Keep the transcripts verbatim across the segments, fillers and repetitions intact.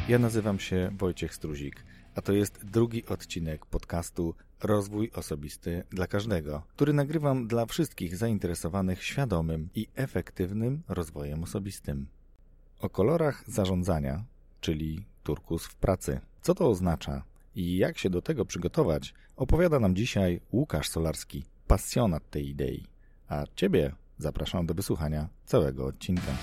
Ja nazywam się Wojciech Struzik, a to jest drugi odcinek podcastu Rozwój Osobisty dla Każdego, który nagrywam dla wszystkich zainteresowanych świadomym i efektywnym rozwojem osobistym. O kolorach zarządzania, czyli turkus w pracy. Co to oznacza i jak się do tego przygotować, opowiada nam dzisiaj Łukasz Solarski, pasjonat tej idei. A Ciebie zapraszam do wysłuchania całego odcinka.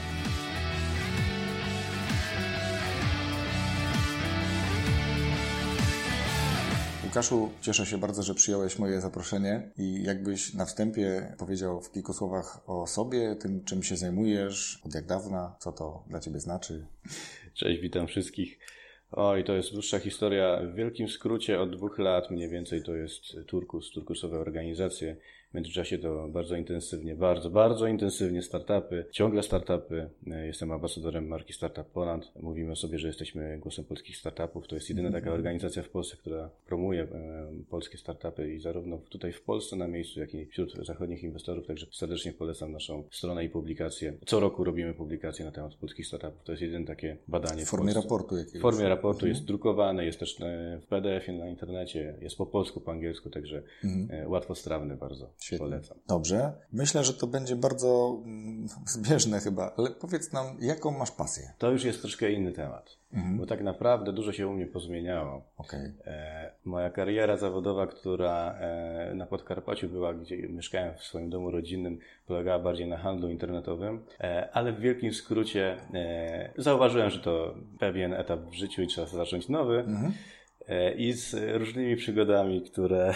Łukaszu, cieszę się bardzo, że przyjąłeś moje zaproszenie i jakbyś na wstępie powiedział w kilku słowach o sobie, tym czym się zajmujesz, od jak dawna, co to dla Ciebie znaczy? Cześć, witam wszystkich. Oj, to jest dłuższa historia. W wielkim skrócie od dwóch lat mniej więcej to jest Turkus, turkusowe organizacje. W międzyczasie to bardzo intensywnie, bardzo, bardzo intensywnie startupy, ciągle startupy. Jestem ambasadorem marki Startup Poland. Mówimy sobie, że jesteśmy głosem polskich startupów. To jest jedyna taka organizacja w Polsce, która promuje polskie startupy i zarówno tutaj w Polsce na miejscu, jak i wśród zachodnich inwestorów. Także serdecznie polecam naszą stronę i publikację. Co roku robimy publikacje na temat polskich startupów. To jest jedyne takie badanie w formie Polsce. raportu jakiegoś. W formie raportu mhm. jest drukowane, jest też w P D F ie na internecie, jest po polsku, po angielsku, także mhm. łatwostrawny bardzo. Świetnie. Polecam. Dobrze. Myślę, że to będzie bardzo mm, zbieżne chyba, ale powiedz nam, jaką masz pasję? To już jest troszkę inny temat, mhm. bo tak naprawdę dużo się u mnie pozmieniało. Okay. E, moja kariera zawodowa, która e, na Podkarpaciu była, gdzie mieszkałem w swoim domu rodzinnym, polegała bardziej na handlu internetowym, e, ale w wielkim skrócie e, zauważyłem, że to pewien etap w życiu i trzeba zacząć nowy. Mhm. I z różnymi przygodami, które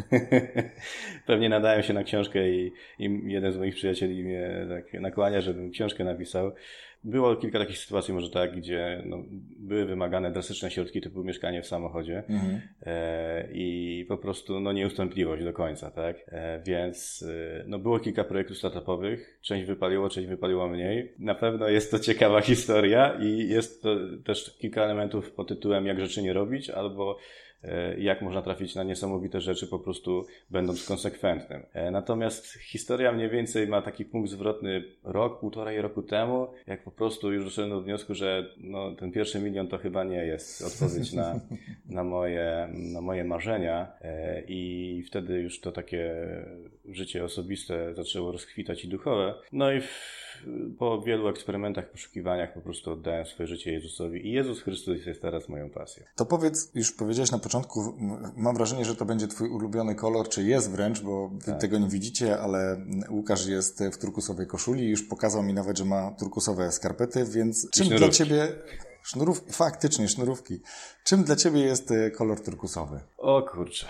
pewnie nadają się na książkę i, i jeden z moich przyjacieli mnie tak nakłania, żebym książkę napisał. Było kilka takich sytuacji może tak, gdzie no, były wymagane drastyczne środki typu mieszkanie w samochodzie mhm. e, i po prostu no, nieustępliwość do końca, tak? E, więc e, no, było kilka projektów startupowych, część wypaliło, część wypaliło mniej. Na pewno jest to ciekawa historia i jest to też kilka elementów pod tytułem jak rzeczy nie robić albo jak można trafić na niesamowite rzeczy po prostu będąc konsekwentnym. Natomiast historia mniej więcej ma taki punkt zwrotny rok, półtorej roku temu, jak po prostu już doszedłem do wniosku, że no, ten pierwszy milion to chyba nie jest odpowiedź na, na, moje, na moje marzenia i wtedy już to takie życie osobiste zaczęło rozkwitać i duchowe. No i w, po wielu eksperymentach, poszukiwaniach po prostu oddałem swoje życie Jezusowi i Jezus Chrystus jest teraz moją pasją. To powiedz, już powiedziałeś na początku, mam wrażenie, że to będzie twój ulubiony kolor, czy jest wręcz, bo wy tak. tego nie widzicie, ale Łukasz jest w turkusowej koszuli i już pokazał mi nawet, że ma turkusowe skarpety, więc czym dla Ciebie... Sznurówki, faktycznie, sznurówki. Czym dla Ciebie jest kolor turkusowy? O kurczę,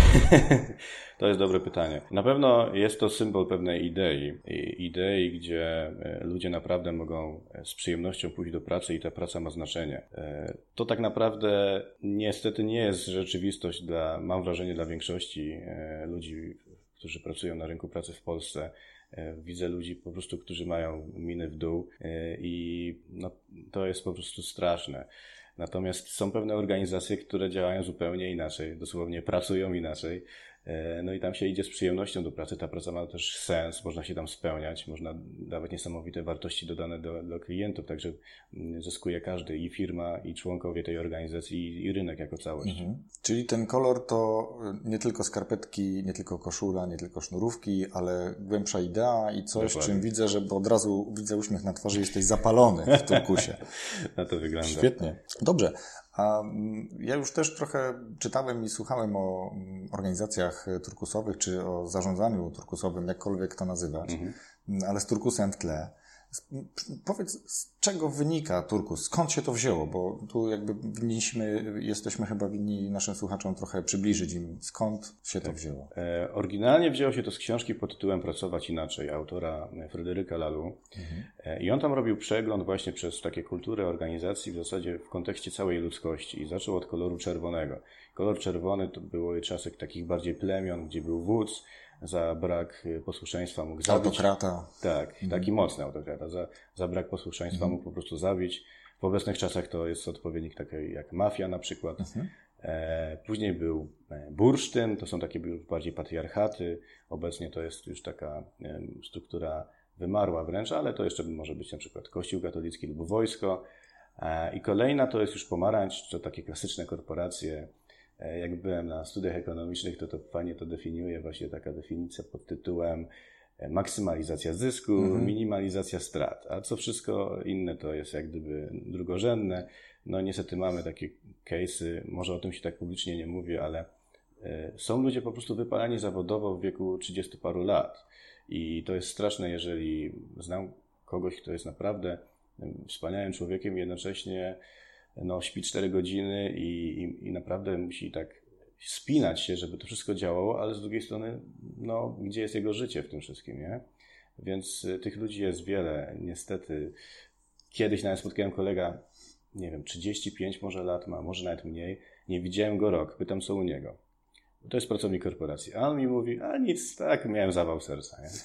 to jest dobre pytanie. Na pewno jest to symbol pewnej idei. Idei, gdzie ludzie naprawdę mogą z przyjemnością pójść do pracy i ta praca ma znaczenie. To tak naprawdę niestety nie jest rzeczywistość dla, mam wrażenie, dla większości ludzi, którzy pracują na rynku pracy w Polsce. Widzę ludzi po prostu, którzy mają miny w dół i no, to jest po prostu straszne. Natomiast są pewne organizacje, które działają zupełnie inaczej, dosłownie pracują inaczej. No i tam się idzie z przyjemnością do pracy, ta praca ma też sens, można się tam spełniać, można dawać niesamowite wartości dodane do, do klientów, także zyskuje każdy, i firma, i członkowie tej organizacji, i, i rynek jako całość. Mhm. Czyli ten kolor to nie tylko skarpetki, nie tylko koszula, nie tylko sznurówki, ale głębsza idea i coś, Dokładnie. Czym widzę, że od razu widzę uśmiech na twarzy, jesteś zapalony w turkusie. Na to wygląda. Świetnie. Dobrze. A ja już też trochę czytałem i słuchałem o organizacjach turkusowych, czy o zarządzaniu turkusowym, jakkolwiek to nazywać, mhm. ale z turkusem w tle. Powiedz, z czego wynika turkus? Skąd się to wzięło? Bo tu jakby winniśmy, jesteśmy chyba winni naszym słuchaczom trochę przybliżyć im, skąd się tak. to wzięło. E, oryginalnie wzięło się to z książki pod tytułem Pracować inaczej, autora Fryderyka Lalu. Mhm. E, I on tam robił przegląd właśnie przez takie kultury organizacji w zasadzie w kontekście całej ludzkości i zaczął od koloru czerwonego. Kolor czerwony to były czasy takich bardziej plemion, gdzie był wódz, za brak posłuszeństwa mógł zabić. Autokrata. Tak, mhm. taki mocny autokrata. Za, za brak posłuszeństwa mhm. mógł po prostu zabić. W obecnych czasach to jest odpowiednik takiej jak mafia na przykład. Mhm. E, później był bursztyn, to są takie już bardziej patriarchaty. Obecnie to jest już taka e, struktura wymarła wręcz, ale to jeszcze może być na przykład Kościół katolicki lub wojsko. I kolejna to jest już pomarańcz, to takie klasyczne korporacje. Jak byłem na studiach ekonomicznych, to to fajnie to definiuje, właśnie taka definicja pod tytułem maksymalizacja zysku, mhm. minimalizacja strat, a co wszystko inne to jest jak gdyby drugorzędne. No niestety mamy takie case'y, może o tym się tak publicznie nie mówię, ale są ludzie po prostu wypalani zawodowo w wieku trzydziestu paru lat i to jest straszne, jeżeli znam kogoś, kto jest naprawdę wspaniałym człowiekiem i jednocześnie no, śpi cztery godziny i, i, i naprawdę musi tak spinać się, żeby to wszystko działało, ale z drugiej strony, no, gdzie jest jego życie w tym wszystkim, nie? Więc tych ludzi jest wiele, niestety. Kiedyś nawet spotkałem kolega, nie wiem, trzydzieści pięć może lat ma, może nawet mniej, nie widziałem go rok, pytam co u niego. To jest pracownik korporacji, a on mi mówi, a nic, tak, miałem zawał serca, nie?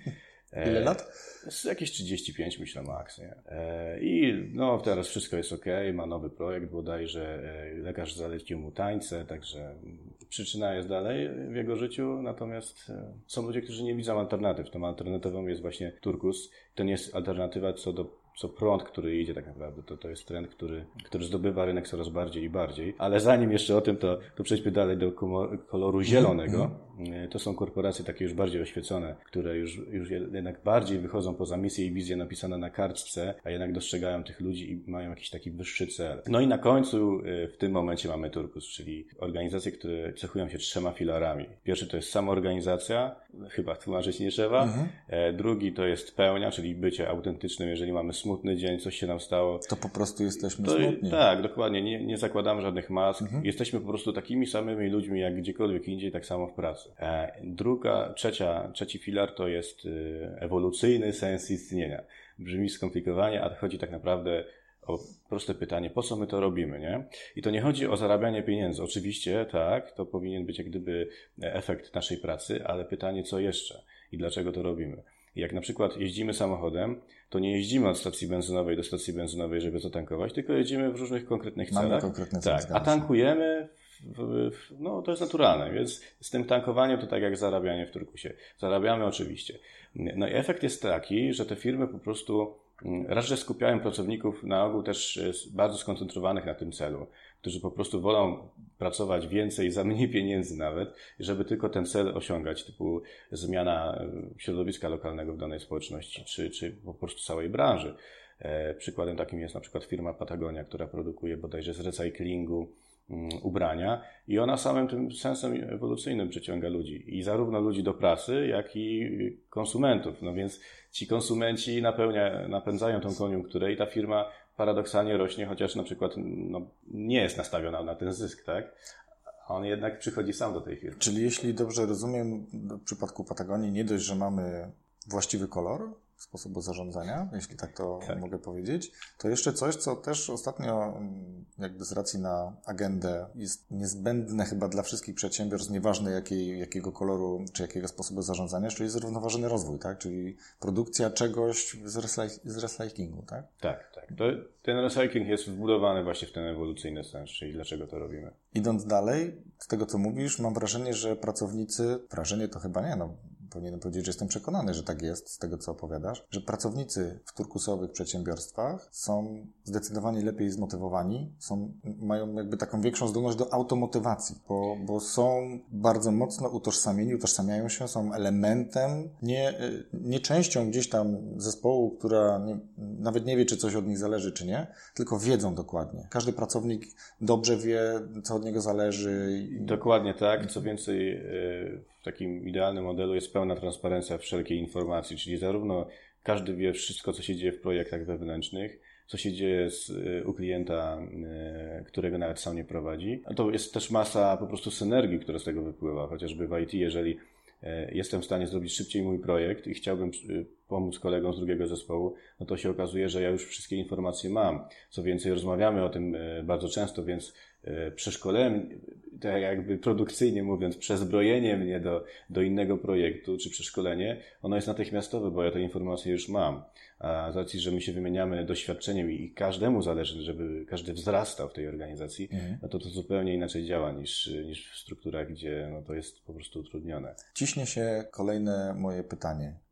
Ile lat? E, jakieś trzydzieści pięć myślę max, nie? E, I no teraz wszystko jest ok, ma nowy projekt, bodajże e, lekarz zalecił mu tańce, także przyczyna jest dalej w jego życiu, natomiast e, są ludzie, którzy nie widzą alternatyw. Tą alternatywą jest właśnie turkus. To nie jest alternatywa co do co prąd, który idzie tak naprawdę. To, to jest trend, który, który zdobywa rynek coraz bardziej i bardziej. Ale zanim jeszcze o tym, to, to przejdźmy dalej do koloru zielonego. To są korporacje takie już bardziej oświecone, które już, już jednak bardziej wychodzą poza misję i wizję napisane na kartce, a jednak dostrzegają tych ludzi i mają jakiś taki wyższy cel. No i na końcu w tym momencie mamy turkus, czyli organizacje, które cechują się trzema filarami. Pierwszy to jest samoorganizacja, chyba tłumaczyć nie trzeba. Mhm. Drugi to jest pełnia, czyli bycie autentycznym, jeżeli mamy smutny dzień, coś się nam stało. To po prostu jesteśmy to, smutni. Tak, dokładnie. Nie, nie zakładamy żadnych mask. Mhm. Jesteśmy po prostu takimi samymi ludźmi, jak gdziekolwiek indziej, tak samo w pracy. E, druga, trzecia, trzeci filar to jest y, ewolucyjny sens istnienia. Brzmi skomplikowanie, a chodzi tak naprawdę o proste pytanie, po co my to robimy, nie? I to nie chodzi o zarabianie pieniędzy. Oczywiście, tak, to powinien być jak gdyby efekt naszej pracy, ale pytanie, co jeszcze i dlaczego to robimy. Jak na przykład jeździmy samochodem, to nie jeździmy od stacji benzynowej do stacji benzynowej, żeby zatankować, tylko jedziemy w różnych konkretnych celach. Mamy konkretne cele. Tak, a tankujemy, w, w, no to jest naturalne, więc z tym tankowaniem to tak jak zarabianie w turkusie. Zarabiamy oczywiście. No i efekt jest taki, że te firmy po prostu raz, że skupiają pracowników na ogół też bardzo skoncentrowanych na tym celu, którzy po prostu wolą pracować więcej za mniej pieniędzy nawet, żeby tylko ten cel osiągać, typu zmiana środowiska lokalnego w danej społeczności, czy, czy po prostu całej branży. E, przykładem takim jest na przykład firma Patagonia, która produkuje bodajże z recyklingu um, ubrania i ona samym tym sensem ewolucyjnym przyciąga ludzi. I zarówno ludzi do pracy, jak i konsumentów. No więc ci konsumenci napełnia, napędzają tą koniunkturę i ta firma paradoksalnie rośnie, chociaż na przykład no, nie jest nastawiona na ten zysk, tak? A on jednak przychodzi sam do tej firmy. Czyli jeśli dobrze rozumiem, w przypadku Patagonii nie dość, że mamy właściwy kolor sposobu zarządzania, jeśli tak to tak. mogę powiedzieć, to jeszcze coś, co też ostatnio jakby z racji na agendę jest niezbędne chyba dla wszystkich przedsiębiorstw, nieważne jakiej, jakiego koloru czy jakiego sposobu zarządzania, czyli zrównoważony rozwój, tak? Czyli produkcja czegoś z, recyk- z recyklingu, tak? Tak, tak. To, ten recykling jest wbudowany właśnie w ten ewolucyjny sens, czyli dlaczego to robimy. Idąc dalej, z tego co mówisz, mam wrażenie, że pracownicy, wrażenie to chyba nie, no powinienem powiedzieć, że jestem przekonany, że tak jest, z tego co opowiadasz, że pracownicy w turkusowych przedsiębiorstwach są zdecydowanie lepiej zmotywowani, są, mają jakby taką większą zdolność do automotywacji, bo, bo są bardzo mocno utożsamieni, utożsamiają się, są elementem, nie, nie częścią gdzieś tam zespołu, która nie, nawet nie wie, czy coś od nich zależy, czy nie, tylko wiedzą dokładnie. Każdy pracownik dobrze wie, co od niego zależy. Dokładnie tak. Co więcej, w takim idealnym modelu jest pełna transparencja wszelkiej informacji, czyli zarówno każdy wie wszystko, co się dzieje w projektach wewnętrznych, co się dzieje z, u klienta, którego nawet sam nie prowadzi. A to jest też masa po prostu synergii, która z tego wypływa, chociażby w I T, jeżeli jestem w stanie zrobić szybciej mój projekt i chciałbym pomóc kolegom z drugiego zespołu, no to się okazuje, że ja już wszystkie informacje mam. Co więcej, rozmawiamy o tym bardzo często, więc przeszkolenie, tak jakby produkcyjnie mówiąc, przezbrojenie mnie do, do innego projektu, czy przeszkolenie, ono jest natychmiastowe, bo ja te informacje już mam. A z racji, że my się wymieniamy doświadczeniem i każdemu zależy, żeby każdy wzrastał w tej organizacji, mhm. no to to zupełnie inaczej działa niż, niż w strukturach, gdzie no to jest po prostu utrudnione. Ciśnie się kolejne moje pytanie.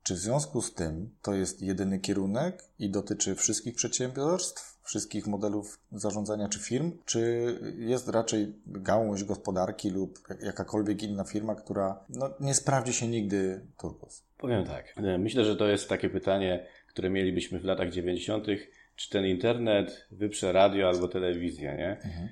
Czy w związku z tym to jest jedyny kierunek i dotyczy wszystkich przedsiębiorstw, wszystkich modelów zarządzania czy firm, czy jest raczej gałąź gospodarki lub jakakolwiek inna firma, która no, nie sprawdzi się nigdy Turkus? Powiem tak. Myślę, że to jest takie pytanie, które mielibyśmy w latach dziewięćdziesiątych. Czy ten internet wyprze radio albo telewizję, nie? Mhm.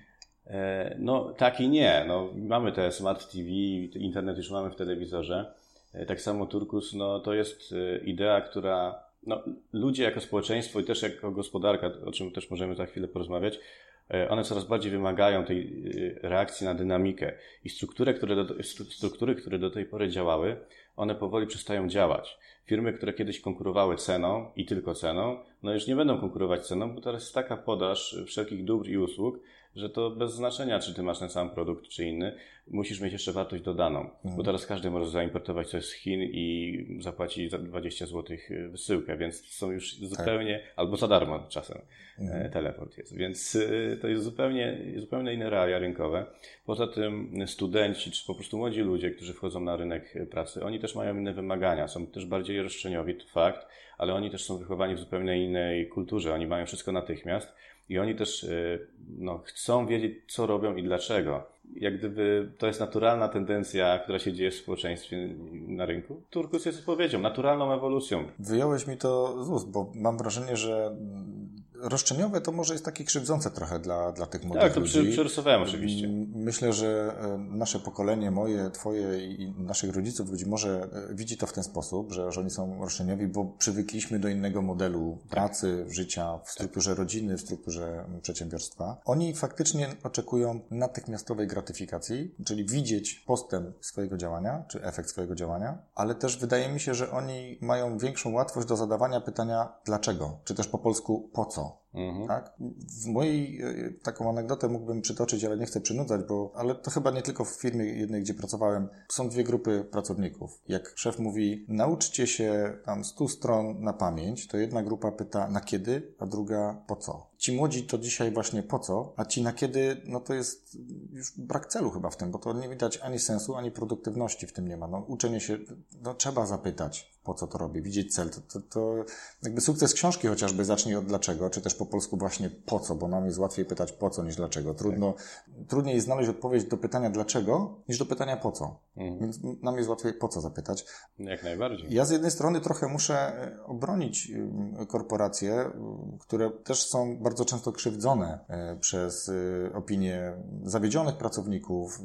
No tak i nie. No, mamy te smart T V, internet już mamy w telewizorze. Tak samo Turkus, no to jest idea, która no, ludzie jako społeczeństwo i też jako gospodarka, o czym też możemy za chwilę porozmawiać, one coraz bardziej wymagają tej reakcji na dynamikę i struktury, które do, struktury, które do tej pory działały, one powoli przestają działać. Firmy, które kiedyś konkurowały ceną i tylko ceną, no już nie będą konkurować ceną, bo teraz jest taka podaż wszelkich dóbr i usług, że to bez znaczenia, czy ty masz ten sam produkt, czy inny, musisz mieć jeszcze wartość dodaną. Mhm. Bo teraz każdy może zaimportować coś z Chin i zapłaci za dwadzieścia złotych wysyłkę, więc są już zupełnie, tak. albo za darmo czasem mhm. teleport jest. Więc to jest zupełnie, zupełnie inne realia rynkowe. Poza tym studenci, czy po prostu młodzi ludzie, którzy wchodzą na rynek pracy, oni też mają inne wymagania, są też bardziej roszczeniowi, to fakt, ale oni też są wychowani w zupełnie innej kulturze, oni mają wszystko natychmiast. I oni też no, chcą wiedzieć, co robią i dlaczego. Jak gdyby to jest naturalna tendencja, która się dzieje w społeczeństwie na rynku. Turkus jest odpowiedzią, naturalną ewolucją. Wyjąłeś mi to z ust, bo mam wrażenie, że roszczeniowe to może jest takie krzywdzące trochę dla, dla tych młodych ludzi. Tak, to ludzi. przerysowałem oczywiście. Myślę, że nasze pokolenie, moje, twoje i naszych rodziców, ludzi może widzi to w ten sposób, że, że oni są roszczeniowi, bo przywykliśmy do innego modelu pracy, tak. życia, w strukturze tak. rodziny, w strukturze przedsiębiorstwa. Oni faktycznie oczekują natychmiastowej gratyfikacji, czyli widzieć postęp swojego działania, czy efekt swojego działania, ale też wydaje mi się, że oni mają większą łatwość do zadawania pytania dlaczego, czy też po polsku po co. Mhm. Tak? W mojej taką anegdotę mógłbym przytoczyć, ale nie chcę przynudzać, bo ale to chyba nie tylko w firmie jednej, gdzie pracowałem. Są dwie grupy pracowników. Jak szef mówi, nauczcie się tam stu stron na pamięć, to jedna grupa pyta na kiedy, a druga po co. Ci młodzi to dzisiaj właśnie po co, a ci na kiedy, no to jest już brak celu chyba w tym, bo to nie widać ani sensu, ani produktywności w tym nie ma. No, uczenie się, no trzeba zapytać, po co to robię, widzieć cel. To, to, to jakby sukces książki chociażby zacznie od dlaczego, czy też po polsku właśnie po co, bo nam jest łatwiej pytać po co niż dlaczego. Trudno, tak. Trudniej jest znaleźć odpowiedź do pytania dlaczego niż do pytania po co. Mhm. Więc nam jest łatwiej po co zapytać. Jak najbardziej. Ja z jednej strony trochę muszę obronić korporacje, które też są bardzo często krzywdzone przez opinie zawiedzionych pracowników,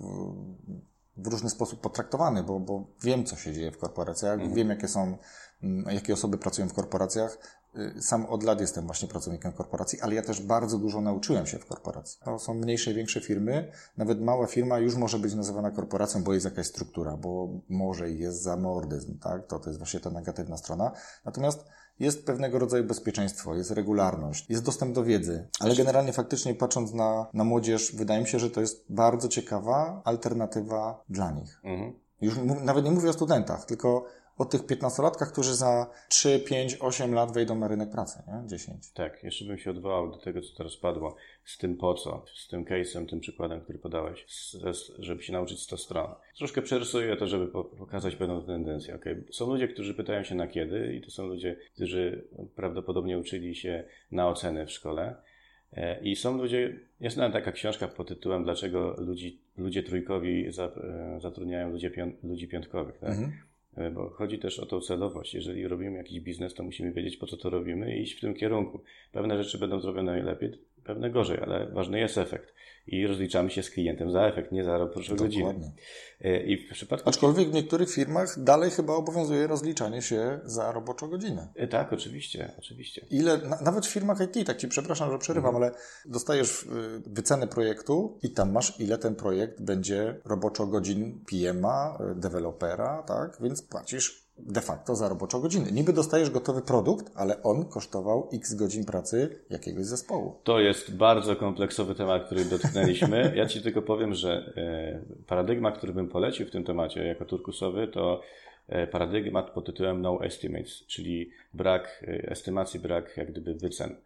w różny sposób potraktowany, bo, bo wiem, co się dzieje w korporacjach, mhm. wiem, jakie są, jakie osoby pracują w korporacjach. Sam od lat jestem właśnie pracownikiem korporacji, ale ja też bardzo dużo nauczyłem się w korporacji. To są mniejsze i większe firmy. Nawet mała firma już może być nazywana korporacją, bo jest jakaś struktura, bo może jest zamordyzm, tak? To, to jest właśnie ta negatywna strona. Natomiast jest pewnego rodzaju bezpieczeństwo, jest regularność, jest dostęp do wiedzy, ale generalnie faktycznie patrząc na, na młodzież, wydaje mi się, że to jest bardzo ciekawa alternatywa dla nich. Mhm. Już m- nawet nie mówię o studentach, tylko o tych piętnastolatkach, którzy za trzy, pięć, osiem lat wejdą na rynek pracy, nie? dziesięć. Tak, jeszcze bym się odwołał do tego, co teraz padło, z tym po co, z tym case'em, tym przykładem, który podałeś, z, z, żeby się nauczyć sto stron. Troszkę przerysuję to, żeby po, pokazać pewną tendencję. Okay? Są ludzie, którzy pytają się na kiedy i to są ludzie, którzy prawdopodobnie uczyli się na oceny w szkole. I są ludzie, jest nawet taka książka pod tytułem Dlaczego ludzi, ludzie trójkowi zatrudniają ludzie pią, ludzi piątkowych, tak? Mhm. Bo chodzi też o tą celowość. Jeżeli robimy jakiś biznes, to musimy wiedzieć, po co to robimy i iść w tym kierunku. Pewne rzeczy będą zrobione lepiej, pewne gorzej, ale ważny jest efekt. I rozliczamy się z klientem za efekt, nie za roboczą godzinę. I w przypadku... Aczkolwiek w niektórych firmach dalej chyba obowiązuje rozliczanie się za roboczą godzinę. Tak, oczywiście, oczywiście. Ile, na, nawet w firmach I T, tak Ci przepraszam, że przerywam, mhm. ale dostajesz wycenę projektu i tam masz, ile ten projekt będzie roboczo godzin P M a, dewelopera, tak? Więc płacisz de facto za roboczą godzinę. Niby dostajesz gotowy produkt, ale on kosztował x godzin pracy jakiegoś zespołu. To jest bardzo kompleksowy temat, który dotknęliśmy. Ja Ci tylko powiem, że paradygmat, który bym polecił w tym temacie jako turkusowy, to paradygmat pod tytułem no estimates, czyli brak estymacji, brak jak gdyby wycen.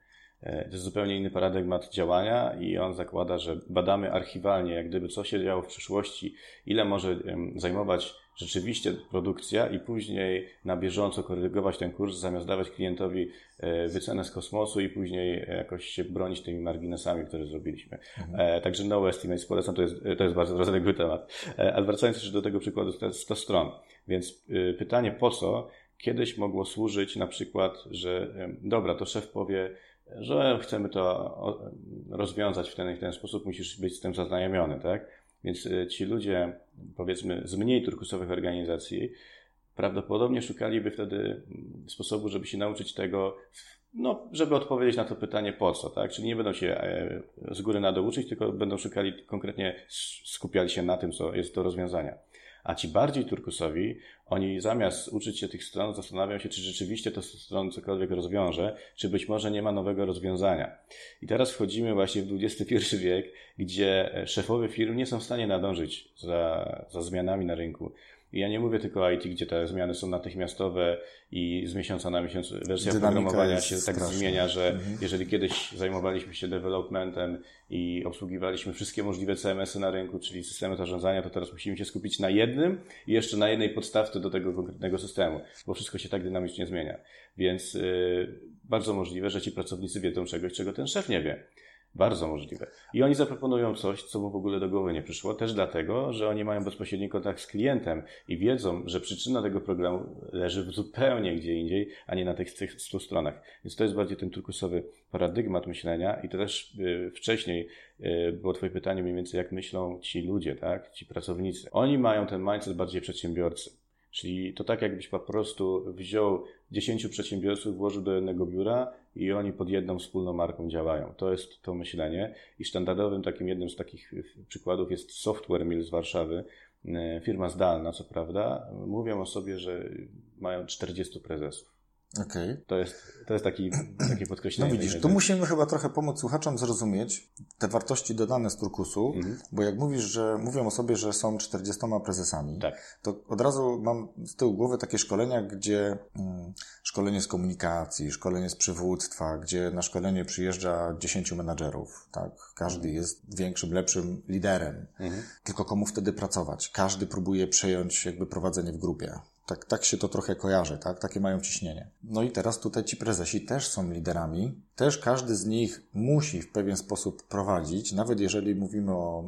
to jest zupełnie inny paradygmat działania i on zakłada, że badamy archiwalnie, jak gdyby co się działo w przyszłości, ile może zajmować rzeczywiście produkcja i później na bieżąco korygować ten kurs, zamiast dawać klientowi wycenę z kosmosu i później jakoś się bronić tymi marginesami, które zrobiliśmy. Mhm. Także no estimates polecam, to jest, to jest bardzo rozległy temat. Ale wracając jeszcze do tego przykładu sto stron. Więc pytanie po co? Kiedyś mogło służyć na przykład, że dobra, to szef powie, że chcemy to rozwiązać w ten i w ten sposób, musisz być z tym zaznajomiony, tak? Więc ci ludzie, powiedzmy, z mniej turkusowych organizacji prawdopodobnie szukaliby wtedy sposobu, żeby się nauczyć tego, no, żeby odpowiedzieć na to pytanie po co, tak? Czyli nie będą się z góry na dół uczyć, tylko będą szukali, konkretnie skupiali się na tym, co jest do rozwiązania. A ci bardziej turkusowi, oni zamiast uczyć się tych stron, zastanawiają się, czy rzeczywiście to stron cokolwiek rozwiąże, czy być może nie ma nowego rozwiązania. I teraz wchodzimy właśnie w dwudziesty pierwszy wiek, gdzie szefowie firm nie są w stanie nadążyć za, za zmianami na rynku. I ja nie mówię tylko o I T, gdzie te zmiany są natychmiastowe i z miesiąca na miesiąc wersja Dynamika programowania się tak straszna. zmienia, że mhm. jeżeli kiedyś zajmowaliśmy się developmentem i obsługiwaliśmy wszystkie możliwe C M S y na rynku, czyli systemy zarządzania, to teraz musimy się skupić na jednym i jeszcze na jednej podstawce do tego konkretnego systemu, bo wszystko się tak dynamicznie zmienia. Więc yy, bardzo możliwe, że ci pracownicy wiedzą czegoś, czego ten szef nie wie. Bardzo możliwe. I oni zaproponują coś, co mu w ogóle do głowy nie przyszło, też dlatego, że oni mają bezpośredni kontakt z klientem i wiedzą, że przyczyna tego problemu leży zupełnie gdzie indziej, a nie na tych, tych stu stronach. Więc to jest bardziej ten turkusowy paradygmat myślenia i to też y, wcześniej y, było twoje pytanie mniej więcej, jak myślą ci ludzie, tak, ci pracownicy. Oni mają ten mindset bardziej przedsiębiorcy. Czyli to tak, jakbyś po prostu wziął dziesięciu przedsiębiorców, włożył do jednego biura i oni pod jedną wspólną marką działają. To jest to myślenie. I standardowym takim jednym z takich przykładów jest Software Mill z Warszawy. Firma zdalna, co prawda. Mówią o sobie, że mają czterdziestu prezesów. Okay. To jest, to jest taki, takie podkreślenie. No widzisz, tu musimy chyba trochę pomóc słuchaczom zrozumieć te wartości dodane z turkusu, mhm. bo jak mówisz, że mówią o sobie, że są czterdziestoma prezesami, tak. to od razu mam z tyłu głowy takie szkolenia, gdzie mm, szkolenie z komunikacji, szkolenie z przywództwa, gdzie na szkolenie przyjeżdża dziesięciu menadżerów, tak? Każdy mhm. jest większym, lepszym liderem. Mhm. Tylko komu wtedy pracować? Każdy próbuje przejąć jakby prowadzenie w grupie. Tak, tak się to trochę kojarzy, tak? Takie mają ciśnienie. No i teraz tutaj ci prezesi też są liderami. Też każdy z nich musi w pewien sposób prowadzić. Nawet jeżeli mówimy o,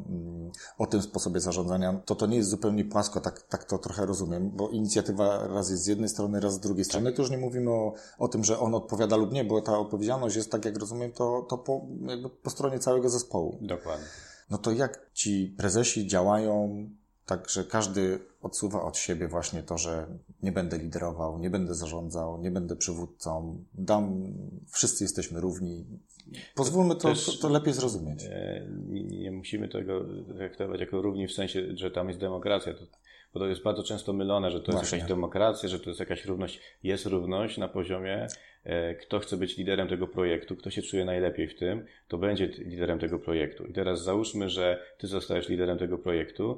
o tym sposobie zarządzania, to to nie jest zupełnie płasko, tak, tak to trochę rozumiem, bo inicjatywa raz jest z jednej strony, raz z drugiej strony. To już nie mówimy o, o tym, że on odpowiada lub nie, bo ta odpowiedzialność jest, tak jak rozumiem, to, to po, jakby po stronie całego zespołu. Dokładnie. No to jak ci prezesi działają tak, że każdy odsuwa od siebie właśnie to, że nie będę liderował, nie będę zarządzał, nie będę przywódcą, dam, wszyscy jesteśmy równi. Pozwólmy to, to, to lepiej zrozumieć. Nie, nie musimy tego traktować jako równi w sensie, że tam jest demokracja, to, bo to jest bardzo często mylone, że to jest właśnie jakaś demokracja, że to jest jakaś równość. Jest równość na poziomie, kto chce być liderem tego projektu, kto się czuje najlepiej w tym, to będzie liderem tego projektu. I teraz załóżmy, że ty zostajesz liderem tego projektu,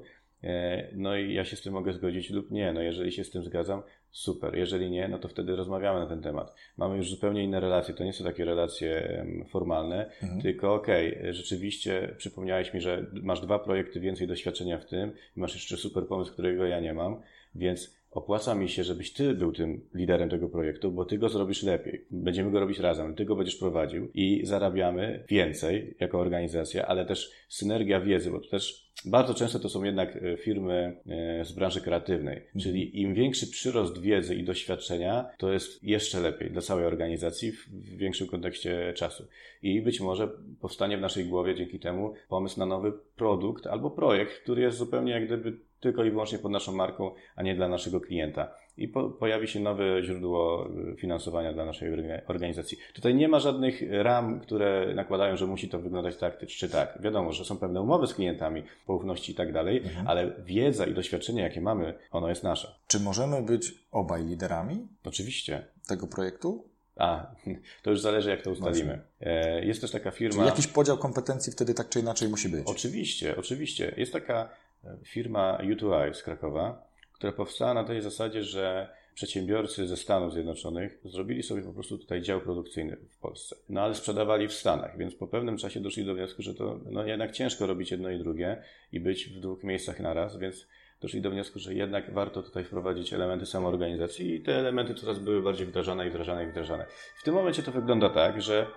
no i ja się z tym mogę zgodzić lub nie. No jeżeli się z tym zgadzam, super. Jeżeli nie, no to wtedy rozmawiamy na ten temat. Mamy już zupełnie inne relacje. To nie są takie relacje formalne, mhm. tylko okej, okay, rzeczywiście przypomniałeś mi, że masz dwa projekty, więcej doświadczenia w tym i masz jeszcze super pomysł, którego ja nie mam, więc opłaca mi się, żebyś ty był tym liderem tego projektu, bo ty go zrobisz lepiej. Będziemy go robić razem, ty go będziesz prowadził i zarabiamy więcej jako organizacja, ale też synergia wiedzy, bo to też bardzo często to są jednak firmy z branży kreatywnej, mhm. czyli im większy przyrost wiedzy i doświadczenia, to jest jeszcze lepiej dla całej organizacji w większym kontekście czasu. I być może powstanie w naszej głowie dzięki temu pomysł na nowy produkt albo projekt, który jest zupełnie jak gdyby tylko i wyłącznie pod naszą marką, a nie dla naszego klienta. I po, pojawi się nowe źródło finansowania dla naszej organizacji. Tutaj nie ma żadnych ram, które nakładają, że musi to wyglądać tak czy tak. Wiadomo, że są pewne umowy z klientami, poufności i tak dalej, mhm. ale wiedza i doświadczenie, jakie mamy, ono jest nasze. Czy możemy być obaj liderami? Oczywiście. Tego projektu? A, to już zależy, jak to ustalimy. Właśnie. Jest też taka firma... Czyli jakiś podział kompetencji wtedy tak czy inaczej musi być? Oczywiście, oczywiście. Jest taka firma U dwa I z Krakowa, która powstała na tej zasadzie, że przedsiębiorcy ze Stanów Zjednoczonych zrobili sobie po prostu tutaj dział produkcyjny w Polsce. No ale sprzedawali w Stanach, więc po pewnym czasie doszli do wniosku, że to no jednak ciężko robić jedno i drugie i być w dwóch miejscach naraz, więc doszli do wniosku, że jednak warto tutaj wprowadzić elementy samoorganizacji i te elementy coraz były bardziej wdrażane i wdrażane i wdrażane. W tym momencie to wygląda tak, że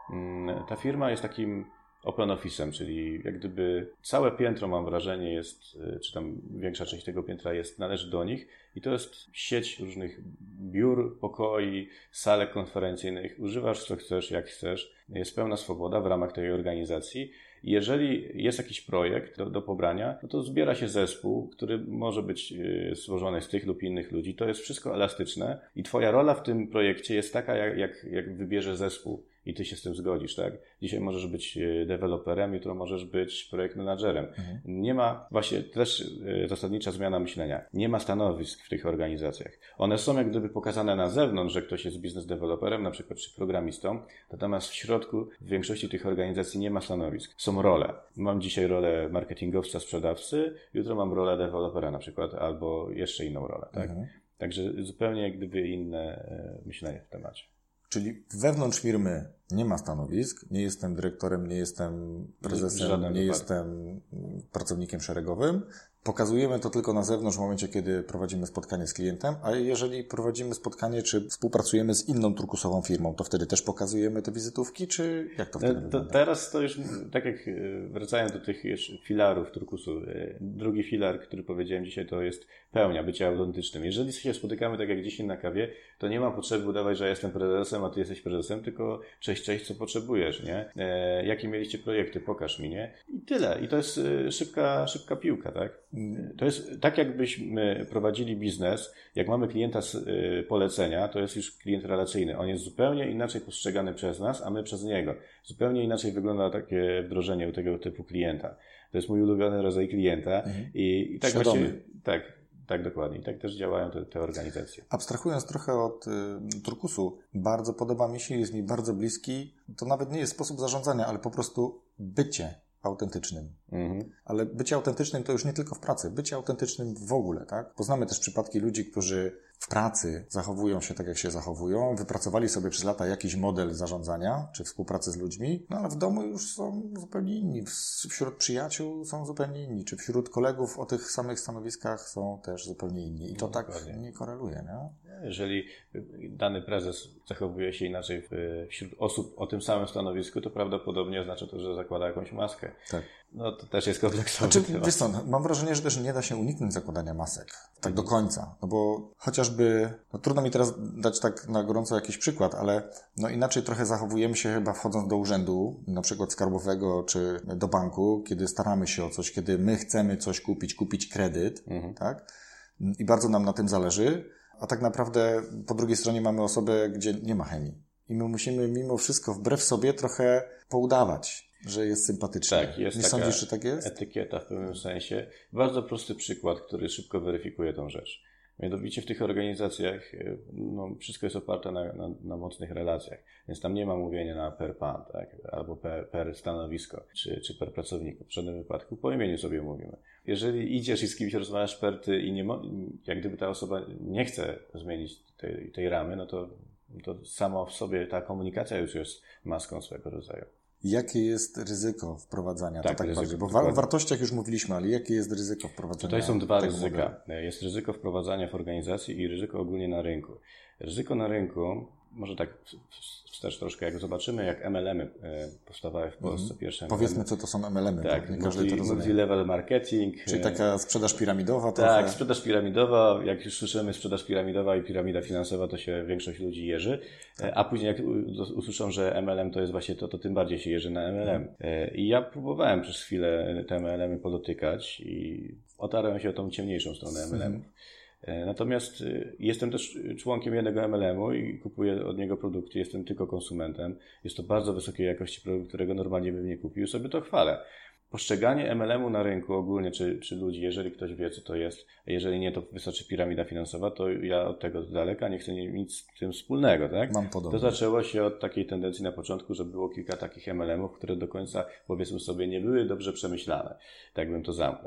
mm, ta firma jest takim open office'em, czyli jak gdyby całe piętro, mam wrażenie, jest, czy tam większa część tego piętra jest, należy do nich i to jest sieć różnych biur, pokoi, salek konferencyjnych. Używasz co chcesz, jak chcesz. Jest pełna swoboda w ramach tej organizacji. Jeżeli jest jakiś projekt do, do pobrania, no to zbiera się zespół, który może być złożony z tych lub innych ludzi. To jest wszystko elastyczne i twoja rola w tym projekcie jest taka, jak, jak, jak wybierze zespół i ty się z tym zgodzisz, tak? Dzisiaj możesz być deweloperem, jutro możesz być projekt managerem. Mhm. Nie ma, właśnie też zasadnicza zmiana myślenia. Nie ma stanowisk w tych organizacjach. One są jak gdyby pokazane na zewnątrz, że ktoś jest biznes deweloperem, na przykład czy programistą, natomiast w środku w większości tych organizacji nie ma stanowisk. Są role. Mam dzisiaj rolę marketingowca, sprzedawcy, jutro mam rolę dewelopera na przykład, albo jeszcze inną rolę, tak? Mhm. Także zupełnie jak gdyby inne myślenie w temacie. Czyli wewnątrz firmy nie ma stanowisk, nie jestem dyrektorem, nie jestem prezesem, nie wypadku. Jestem pracownikiem szeregowym. Pokazujemy to tylko na zewnątrz w momencie, kiedy prowadzimy spotkanie z klientem, a jeżeli prowadzimy spotkanie, czy współpracujemy z inną turkusową firmą, to wtedy też pokazujemy te wizytówki, czy jak to wtedy to, wygląda? Teraz to już, tak jak wracając do tych filarów turkusu, drugi filar, który powiedziałem dzisiaj, to jest pełnia, bycie autentycznym. Jeżeli się spotykamy tak jak dzisiaj na kawie, to nie ma potrzeby udawać, że ja jestem prezesem, a ty jesteś prezesem, tylko cześć, cześć, co potrzebujesz, nie? E, jakie mieliście projekty, pokaż mi, nie? I tyle. I to jest szybka, szybka piłka, tak? To jest tak, jakbyśmy prowadzili biznes, jak mamy klienta z polecenia, to jest już klient relacyjny. On jest zupełnie inaczej postrzegany przez nas, a my przez niego. Zupełnie inaczej wygląda takie wdrożenie u tego typu klienta. To jest mój ulubiony rodzaj klienta. Mhm. I, i tak Świadomy. właśnie, tak, tak dokładnie. I tak też działają te, te organizacje. Abstrahując trochę od y, turkusu, bardzo podoba mi się, jest mi bardzo bliski, to nawet nie jest sposób zarządzania, ale po prostu bycie autentycznym. Mhm. Ale bycie autentycznym to już nie tylko w pracy, bycie autentycznym w ogóle, tak? Poznamy też przypadki ludzi, którzy w pracy zachowują się tak, jak się zachowują, wypracowali sobie przez lata jakiś model zarządzania, czy współpracy z ludźmi, no ale w domu już są zupełnie inni, wśród przyjaciół są zupełnie inni, czy wśród kolegów o tych samych stanowiskach są też zupełnie inni. I to no, tak dokładnie. Nie koreluje, nie? Jeżeli dany prezes zachowuje się inaczej wśród osób o tym samym stanowisku, to prawdopodobnie oznacza to, że zakłada jakąś maskę. Tak. No to też jest kompleksowy znaczy, temat. Wiesz co, mam wrażenie, że też nie da się uniknąć zakładania masek. Tak do końca. No bo chociażby, no trudno mi teraz dać tak na gorąco jakiś przykład, ale no inaczej trochę zachowujemy się chyba wchodząc do urzędu, na przykład skarbowego czy do banku, kiedy staramy się o coś, kiedy my chcemy coś kupić, kupić kredyt, mhm. tak? I bardzo nam na tym zależy. A tak naprawdę po drugiej stronie mamy osobę, gdzie nie ma chemii. I my musimy mimo wszystko wbrew sobie trochę poudawać, że jest sympatyczny. Tak, jest nie taka sądzisz, że tak jest? Etykieta w pewnym sensie. Bardzo prosty przykład, który szybko weryfikuje tą rzecz. Mianowicie w tych organizacjach no, wszystko jest oparte na, na, na mocnych relacjach, więc tam nie ma mówienia na per pan, tak? Albo per, per stanowisko, czy, czy per pracowniku. W żadnym wypadku po imieniu sobie mówimy. Jeżeli idziesz i z kimś rozmawiasz per ty i nie mo- jak gdyby ta osoba nie chce zmienić tej, tej ramy, no to, to samo w sobie ta komunikacja już jest maską swego rodzaju. Jakie jest ryzyko wprowadzania? Tak, to tak ryzyko, bardziej, bo dokładnie. O wartościach już mówiliśmy, ale jakie jest ryzyko wprowadzania? Tutaj są dwa ryzyka. Modelu? Jest ryzyko wprowadzania w organizacji i ryzyko ogólnie na rynku. Ryzyko na rynku, może tak wstecz troszkę, jak zobaczymy, jak M L M-y powstawały w Polsce, mm. pierwsze M L M-y. Powiedzmy, co to są M L M-y, tak, bo nie każdy to rozumie. Multi-level marketing. Czyli taka sprzedaż piramidowa? Tak, trochę. Sprzedaż piramidowa. Jak już słyszymy sprzedaż piramidowa i piramida finansowa, to się większość ludzi jeży. A później jak usłyszą, że M L M to jest właśnie to, to tym bardziej się jeży na M L M. I ja próbowałem przez chwilę te M L M-y podotykać i otarłem się o tą ciemniejszą stronę M L M-ów. Hmm. Natomiast jestem też członkiem jednego M L M-u i kupuję od niego produkty, jestem tylko konsumentem. Jest to bardzo wysokiej jakości produkt, którego normalnie bym nie kupił, sobie to chwalę. Postrzeganie M L M-u na rynku ogólnie, czy, czy ludzi, jeżeli ktoś wie, co to jest, a jeżeli nie, to wystarczy piramida finansowa, to ja od tego z daleka nie chcę nic z tym wspólnego, tak? Mam podobnie. To zaczęło się od takiej tendencji na początku, że było kilka takich M L M-ów, które do końca, powiedzmy sobie, nie były dobrze przemyślane. Tak bym to zamknął.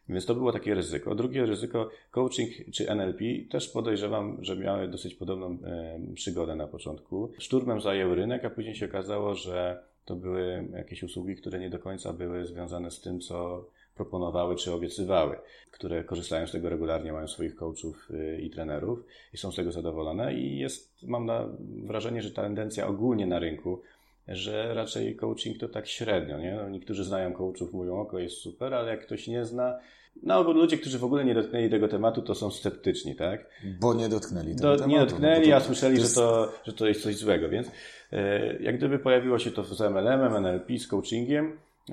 Więc to było takie ryzyko. Drugie ryzyko, coaching czy N L P, też podejrzewam, że miały dosyć podobną e, przygodę na początku. Szturmem zajęły rynek, a później się okazało, że to były jakieś usługi, które nie do końca były związane z tym, co proponowały czy obiecywały, które korzystają z tego regularnie, mają swoich coachów i trenerów i są z tego zadowolone i jest, mam na wrażenie, że ta tendencja ogólnie na rynku, że raczej coaching to tak średnio, nie? No, niektórzy znają coachów, mówią, oko jest super, ale jak ktoś nie zna, no bo ludzie, którzy w ogóle nie dotknęli tego tematu, to są sceptyczni, tak? Bo nie dotknęli tego Do, tematu. Nie dotknęli, no to, a słyszeli, to jest... że, to, że to jest coś złego, więc e, jak gdyby pojawiło się to z M L M-em, N L P, z coachingiem,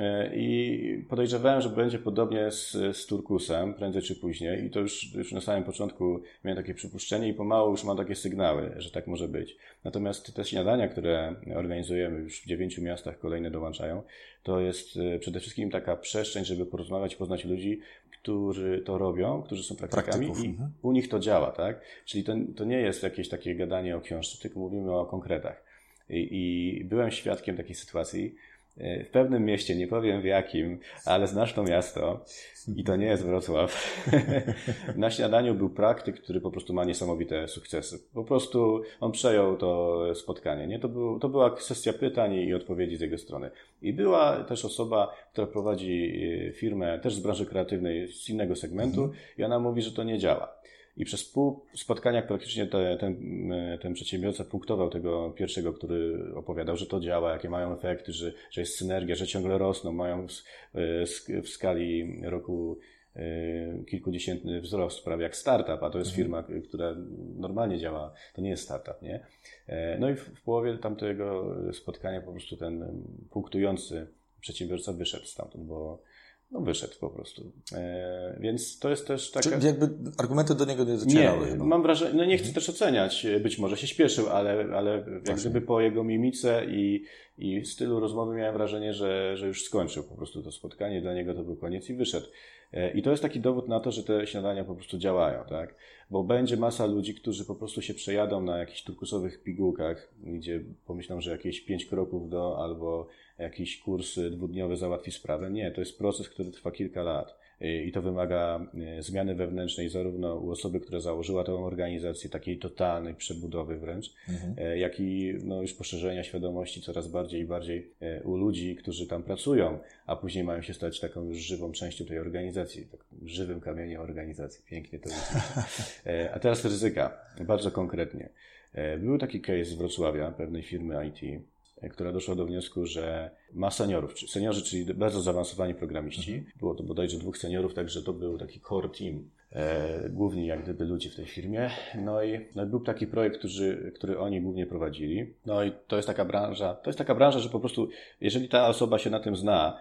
i podejrzewałem, że będzie podobnie z, z Turkusem, prędzej czy później. I to już, już na samym początku miałem takie przypuszczenie i pomału już mam takie sygnały, że tak może być. Natomiast te śniadania, które organizujemy już w dziewięciu miastach, kolejne dołączają, to jest przede wszystkim taka przestrzeń, żeby porozmawiać, poznać ludzi, którzy to robią, którzy są praktykami i mhm. u nich to działa, tak? Czyli to, to nie jest jakieś takie gadanie o książce, tylko mówimy o konkretach. I, i byłem świadkiem takiej sytuacji, w pewnym mieście, nie powiem w jakim, ale znasz to miasto i to nie jest Wrocław. Na śniadaniu był praktyk, który po prostu ma niesamowite sukcesy. Po prostu on przejął to spotkanie. Nie? To, był, to była sesja pytań i odpowiedzi z jego strony. I była też osoba, która prowadzi firmę też z branży kreatywnej, z innego segmentu mhm. i ona mówi, że to nie działa. I przez pół spotkania praktycznie te, ten, ten przedsiębiorca punktował tego pierwszego, który opowiadał, że to działa, jakie mają efekty, że, że jest synergia, że ciągle rosną, mają w, w skali roku kilkudziesiętny wzrost, prawie jak startup, a to jest firma, która normalnie działa, to nie jest startup, nie? No i w, w połowie tamtego spotkania po prostu ten punktujący przedsiębiorca wyszedł stamtąd, bo no wyszedł po prostu. E, więc to jest też taka... Czyli jakby argumenty do niego nie docierały. Nie, chyba. Mam wrażenie, no nie chcę mhm. też oceniać, być może się śpieszył, ale, ale jak gdyby po jego mimice i, i stylu rozmowy miałem wrażenie, że, że już skończył po prostu to spotkanie, dla niego to był koniec i wyszedł. E, I to jest taki dowód na to, że te śniadania po prostu działają, tak? Bo będzie masa ludzi, którzy po prostu się przejadą na jakichś turkusowych pigułkach, gdzie pomyślą, że jakieś pięć kroków do albo jakiś kurs dwudniowy załatwi sprawę. Nie, to jest proces, który trwa kilka lat i to wymaga zmiany wewnętrznej zarówno u osoby, która założyła tę organizację, takiej totalnej przebudowy wręcz, mhm. jak i no, już poszerzenia świadomości coraz bardziej i bardziej u ludzi, którzy tam pracują, a później mają się stać taką już żywą częścią tej organizacji, takim żywym kamieniem organizacji. Pięknie to jest. A teraz ryzyka, bardzo konkretnie. Był taki case z Wrocławia, pewnej firmy I T, która doszła do wniosku, że ma seniorów, seniorzy, czyli bardzo zaawansowani programiści. Mhm. Było to bodajże dwóch seniorów, także to był taki core team, e, główni jak gdyby ludzi w tej firmie. No i, no i był taki projekt, który, który oni głównie prowadzili. No i to jest taka branża, to jest taka branża, że po prostu, jeżeli ta osoba się na tym zna,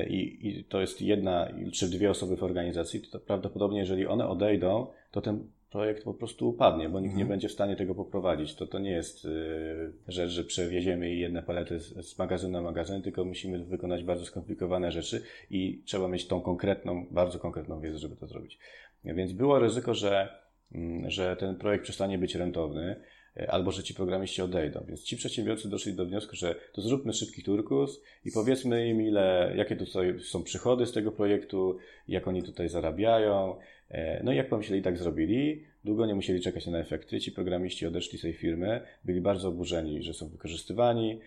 I, i to jest jedna czy dwie osoby w organizacji, to prawdopodobnie jeżeli one odejdą, to ten projekt po prostu upadnie, bo nikt mhm. nie będzie w stanie tego poprowadzić. To, to nie jest y, rzecz, że przewieziemy jedne palety z, z magazynu na magazyn, tylko musimy wykonać bardzo skomplikowane rzeczy i trzeba mieć tą konkretną, bardzo konkretną wiedzę, żeby to zrobić. Więc było ryzyko, że, y, że ten projekt przestanie być rentowny, albo że ci programiści odejdą. Więc ci przedsiębiorcy doszli do wniosku, że to zróbmy szybki turkus i powiedzmy im, ile, jakie tutaj są przychody z tego projektu, jak oni tutaj zarabiają. No i jak pomyśleli, tak zrobili. Długo nie musieli czekać na efekty. Ci programiści odeszli z tej firmy, byli bardzo oburzeni, że są wykorzystywani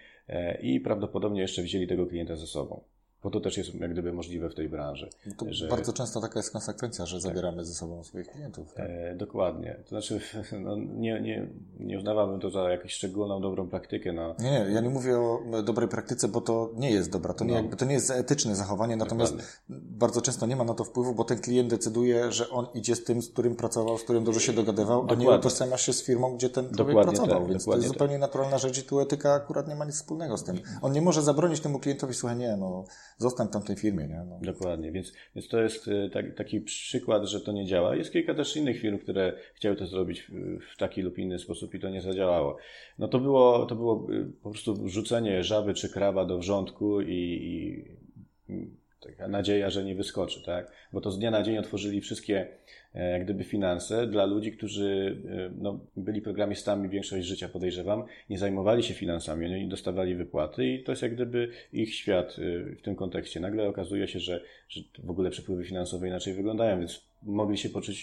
i prawdopodobnie jeszcze wzięli tego klienta ze sobą. Bo to też jest jak gdyby możliwe w tej branży. To że... Bardzo często taka jest konsekwencja, że zabieramy tak. ze sobą swoich klientów. Tak? E, dokładnie. To znaczy, no, nie, nie, nie uznawałbym to za jakąś szczególną, dobrą praktykę. No. Nie, nie, ja nie mówię o dobrej praktyce, bo to nie jest dobra. To nie, no. jakby, to nie jest etyczne zachowanie, natomiast dokładnie. Bardzo często nie ma na to wpływu, bo ten klient decyduje, że on idzie z tym, z którym pracował, z którym dobrze się dogadywał, dokładnie. A nie utożsamia się z firmą, gdzie ten człowiek dokładnie pracował. Tak, więc to jest tak. zupełnie naturalna rzecz i tu etyka akurat nie ma nic wspólnego z tym. On nie może zabronić temu klientowi, słuchaj, nie, no zostań tam w tej firmie. Nie? No. Dokładnie, więc, więc to jest tak, taki przykład, że to nie działa. Jest kilka też innych firm, które chciały to zrobić w taki lub inny sposób i to nie zadziałało. No to było, to było po prostu wrzucenie żaby czy krawa do wrzątku i, i taka nadzieja, że nie wyskoczy, tak? Bo to z dnia na dzień otworzyli wszystkie jak gdyby finanse dla ludzi, którzy no, byli programistami większość życia, podejrzewam, nie zajmowali się finansami, oni dostawali wypłaty i to jest jak gdyby ich świat w tym kontekście. Nagle okazuje się, że, że w ogóle przepływy finansowe inaczej wyglądają, więc mogli się poczuć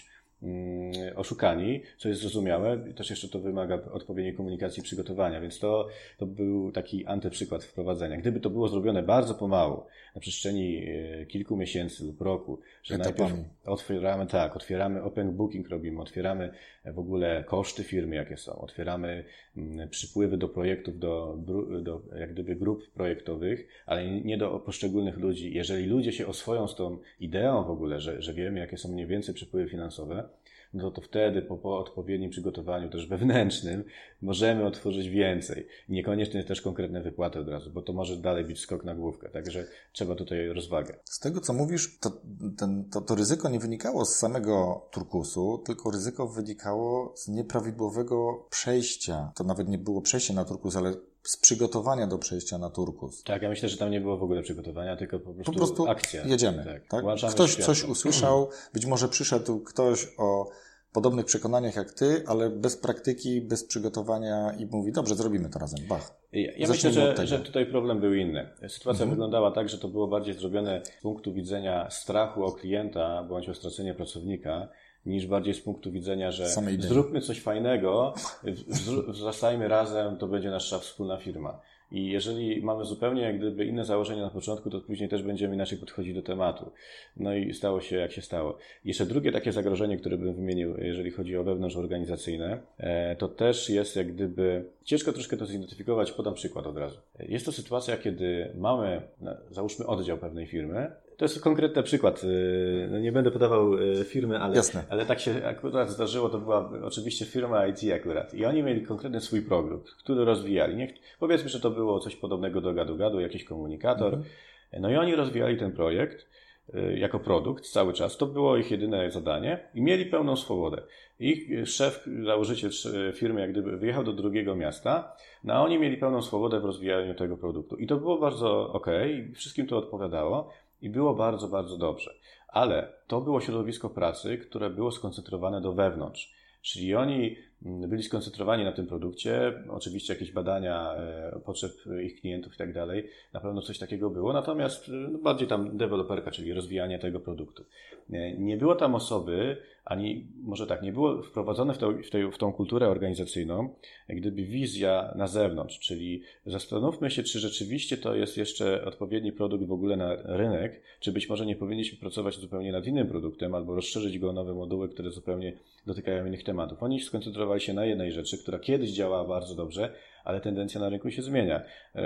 oszukani, co jest zrozumiałe. Też jeszcze to wymaga odpowiedniej komunikacji i przygotowania, więc to, to był taki antyprzykład wprowadzenia. Gdyby to było zrobione bardzo pomału, na przestrzeni kilku miesięcy lub roku, że etapami. Najpierw otwieramy, tak, otwieramy open booking robimy, otwieramy w ogóle koszty firmy, jakie są, otwieramy przypływy do projektów, do, do jak gdyby grup projektowych, ale nie do poszczególnych ludzi. Jeżeli ludzie się oswoją z tą ideą w ogóle, że, że wiemy, jakie są mniej więcej przepływy finansowe, no to wtedy po, po odpowiednim przygotowaniu też wewnętrznym możemy otworzyć więcej. Niekoniecznie też konkretne wypłaty od razu, bo to może dalej być skok na główkę. Także trzeba tutaj rozwagę. Z tego, co mówisz, to, ten, to, to ryzyko nie wynikało z samego turkusu, tylko ryzyko wynikało z nieprawidłowego przejścia. To nawet nie było przejście na turkus, ale z przygotowania do przejścia na turkus. Tak, ja myślę, że tam nie było w ogóle przygotowania, tylko po prostu, po prostu akcja. Jedziemy. Tak. Tak? Ktoś coś usłyszał, być może przyszedł ktoś o podobnych przekonaniach jak ty, ale bez praktyki, bez przygotowania i mówi, dobrze, zrobimy to razem, bach. Ja, ja myślę, że, że tutaj problem był inny. Sytuacja mhm. wyglądała tak, że to było bardziej zrobione z punktu widzenia strachu o klienta bądź o stracenie pracownika, niż bardziej z punktu widzenia, że zróbmy coś fajnego, wzrastajmy razem, to będzie nasza wspólna firma. I jeżeli mamy zupełnie jak gdyby inne założenia na początku, to później też będziemy inaczej podchodzić do tematu. No i stało się jak się stało. Jeszcze drugie takie zagrożenie, które bym wymienił, jeżeli chodzi o wewnątrzorganizacyjne, to też jest jak gdyby, ciężko troszkę to zidentyfikować, podam przykład od razu. Jest to sytuacja, kiedy mamy, załóżmy oddział pewnej firmy. To jest konkretny przykład. No nie będę podawał firmy, ale, ale tak się akurat zdarzyło. To była oczywiście firma I T akurat. I oni mieli konkretny swój produkt, który rozwijali. Niech, powiedzmy, że to było coś podobnego do gadu-gadu, jakiś komunikator. Mhm. No i oni rozwijali ten projekt jako produkt cały czas. To było ich jedyne zadanie i mieli pełną swobodę. Ich szef, założyciel firmy jak gdyby wyjechał do drugiego miasta, no a oni mieli pełną swobodę w rozwijaniu tego produktu. I to było bardzo okej, wszystkim to odpowiadało. I było bardzo, bardzo dobrze. Ale to było środowisko pracy, które było skoncentrowane do wewnątrz. Czyli oni byli skoncentrowani na tym produkcie, oczywiście jakieś badania potrzeb ich klientów i tak dalej, na pewno coś takiego było, natomiast no, bardziej tam deweloperka, czyli rozwijanie tego produktu. Nie było tam osoby, ani może tak, nie było wprowadzone w, to, w, tej, w tą kulturę organizacyjną jak gdyby wizja na zewnątrz, czyli zastanówmy się, czy rzeczywiście to jest jeszcze odpowiedni produkt w ogóle na rynek, czy być może nie powinniśmy pracować zupełnie nad innym produktem, albo rozszerzyć go o nowe moduły, które zupełnie dotykają innych tematów. Oni skoncentrowali się na jednej rzeczy, która kiedyś działała bardzo dobrze, ale tendencja na rynku się zmienia.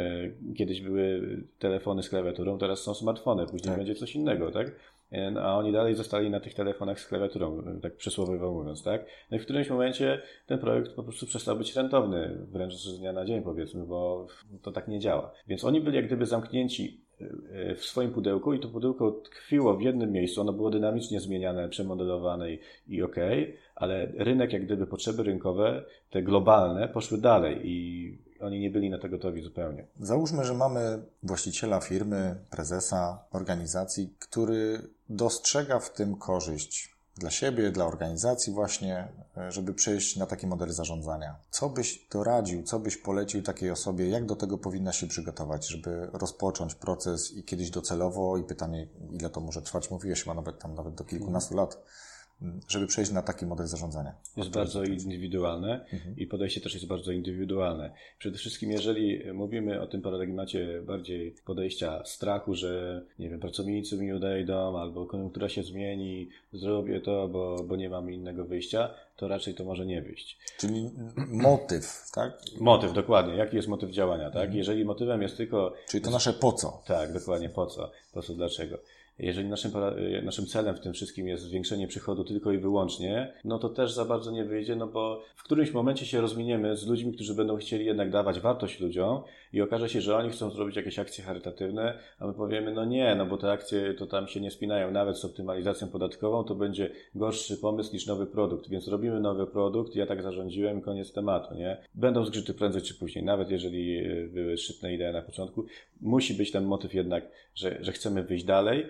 Kiedyś były telefony z klawiaturą, teraz są smartfony, później tak. będzie coś innego, tak? A oni dalej zostali na tych telefonach z klawiaturą, tak przysłowiowo mówiąc, tak? No i w którymś momencie ten projekt po prostu przestał być rentowny, wręcz z dnia na dzień powiedzmy, bo to tak nie działa. Więc oni byli jak gdyby zamknięci w swoim pudełku i to pudełko tkwiło w jednym miejscu, ono było dynamicznie zmieniane, przemodelowane i, i okej, okay, ale rynek, jak gdyby potrzeby rynkowe, te globalne, poszły dalej i oni nie byli na to gotowi zupełnie. Załóżmy, że mamy właściciela firmy, prezesa organizacji, który dostrzega w tym korzyść dla siebie, dla organizacji właśnie, żeby przejść na taki model zarządzania. Co byś doradził, co byś polecił takiej osobie, jak do tego powinna się przygotować, żeby rozpocząć proces i kiedyś docelowo i pytanie, ile to może trwać, mówiłeś chyba nawet tam nawet do kilkunastu lat, żeby przejść na taki model zarządzania. Jest bardzo indywidualne mhm. i podejście też jest bardzo indywidualne. Przede wszystkim, jeżeli mówimy o tym paradygmacie bardziej podejścia strachu, że nie wiem, pracownicy mi odejdą, albo koniunktura się zmieni, zrobię to, bo, bo nie mam innego wyjścia, to raczej to może nie wyjść. Czyli motyw, tak? Motyw, dokładnie. Jaki jest motyw działania, tak? Mhm. Jeżeli motywem jest tylko... Czyli to nasze po co? Tak, dokładnie po co. Po co, dlaczego. Jeżeli naszym, naszym celem w tym wszystkim jest zwiększenie przychodu tylko i wyłącznie, no to też za bardzo nie wyjdzie, no bo w którymś momencie się rozwiniemy z ludźmi, którzy będą chcieli jednak dawać wartość ludziom i okaże się, że oni chcą zrobić jakieś akcje charytatywne, a my powiemy, no nie, no bo te akcje to tam się nie spinają, nawet z optymalizacją podatkową to będzie gorszy pomysł niż nowy produkt, więc robimy nowy produkt, ja tak zarządziłem i koniec tematu, nie? Będą zgrzyty prędzej czy później, nawet jeżeli były szczytne idee na początku, musi być ten motyw jednak, że, że chcemy wyjść dalej